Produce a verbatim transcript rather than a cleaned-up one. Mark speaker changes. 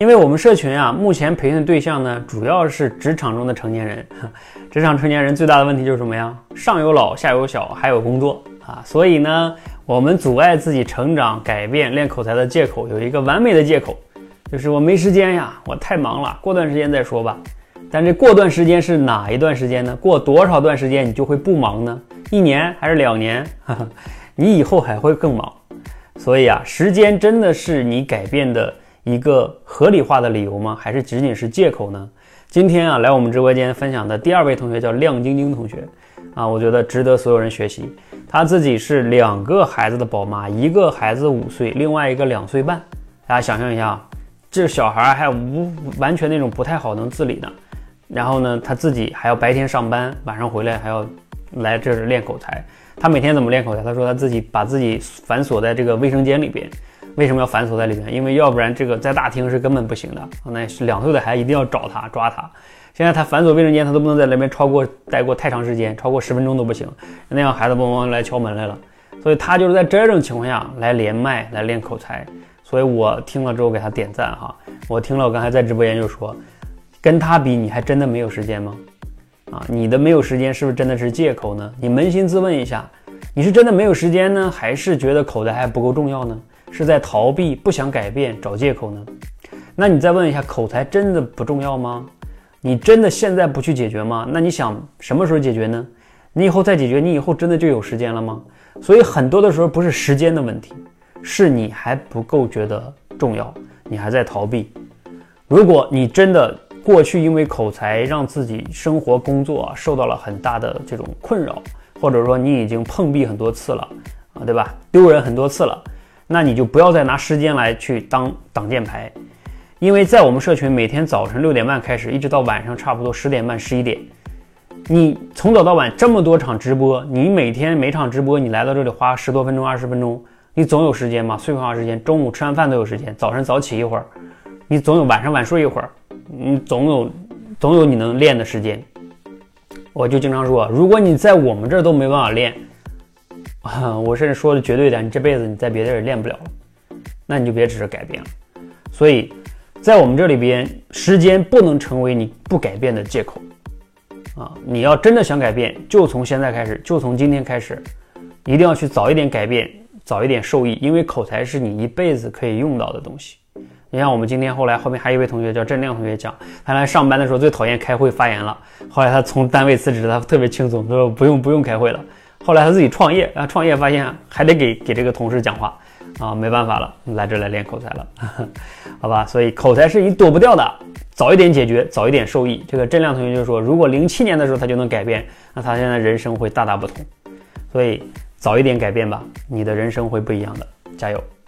Speaker 1: 因为我们社群啊，目前培训的对象呢，主要是职场中的成年人。职场成年人最大的问题就是什么呀？上有老，下有小，还有工作啊。所以呢，我们阻碍自己成长、改变、练口才的借口有一个完美的借口，就是我没时间呀，我太忙了，过段时间再说吧。但这过段时间是哪一段时间呢？过多少段时间你就会不忙呢？一年还是两年？你以后还会更忙。所以啊，时间真的是你改变的一个合理化的理由吗？还是仅仅是借口呢？今天啊，来我们直播间分享的第二位同学叫亮晶晶同学啊，我觉得值得所有人学习。她自己是两个孩子的宝妈，一个孩子五岁，另外一个两岁半。大家想象一下，这小孩还无完全那种不太好能自理的，然后呢，他自己还要白天上班，晚上回来还要来这儿练口才。他每天怎么练口才？他说他自己把自己反锁在这个卫生间里边。为什么要反锁在里面？因为要不然这个在大厅是根本不行的。那是两岁的孩子一定要找他抓他。现在他反锁卫生间，他都不能在那边超过待过太长时间，超过十分钟都不行。那样孩子往往来敲门来了。所以他就是在这种情况下来连麦来练口才。所以我听了之后给他点赞哈。我听了，我刚才在直播间就说，跟他比你还真的没有时间吗？啊，你的没有时间是不是真的是借口呢？你扪心自问一下，你是真的没有时间呢，还是觉得口才还不够重要呢？是在逃避，不想改变，找借口呢？那你再问一下，口才真的不重要吗？你真的现在不去解决吗？那你想什么时候解决呢？你以后再解决，你以后真的就有时间了吗？所以很多的时候不是时间的问题，是你还不够觉得重要，你还在逃避。如果你真的过去因为口才让自己生活工作啊受到了很大的这种困扰，或者说你已经碰壁很多次了啊，对吧？丢人很多次了，那你就不要再拿时间来去当挡箭牌。因为在我们社群每天早晨六点半开始，一直到晚上差不多十点半十一点，你从早到晚这么多场直播，你每天每场直播你来到这里花十多分钟二十分钟，你总有时间嘛，碎片化时间，中午吃完饭都有时间，早晨早起一会儿，你总有晚上晚睡一会儿，你总有总有你能练的时间。我就经常说，如果你在我们这儿都没办法练啊，我甚至说的绝对的，你这辈子你在别的人练不了了，那你就别指着改变了。所以在我们这里边，时间不能成为你不改变的借口啊！你要真的想改变，就从现在开始，就从今天开始，一定要去早一点改变，早一点受益，因为口才是你一辈子可以用到的东西。你像我们今天后来后面还有一位同学叫郑亮同学讲，他来上班的时候最讨厌开会发言了，后来他从单位辞职，他特别轻松，他说不用不用开会了。后来他自己创业啊，创业发现还得给给这个同事讲话啊，没办法了，来这来练口才了，好吧？所以口才是你躲不掉的，早一点解决，早一点受益。这个郑亮同学就说，如果零七年的时候他就能改变，那他现在人生会大大不同。所以早一点改变吧，你的人生会不一样的，加油！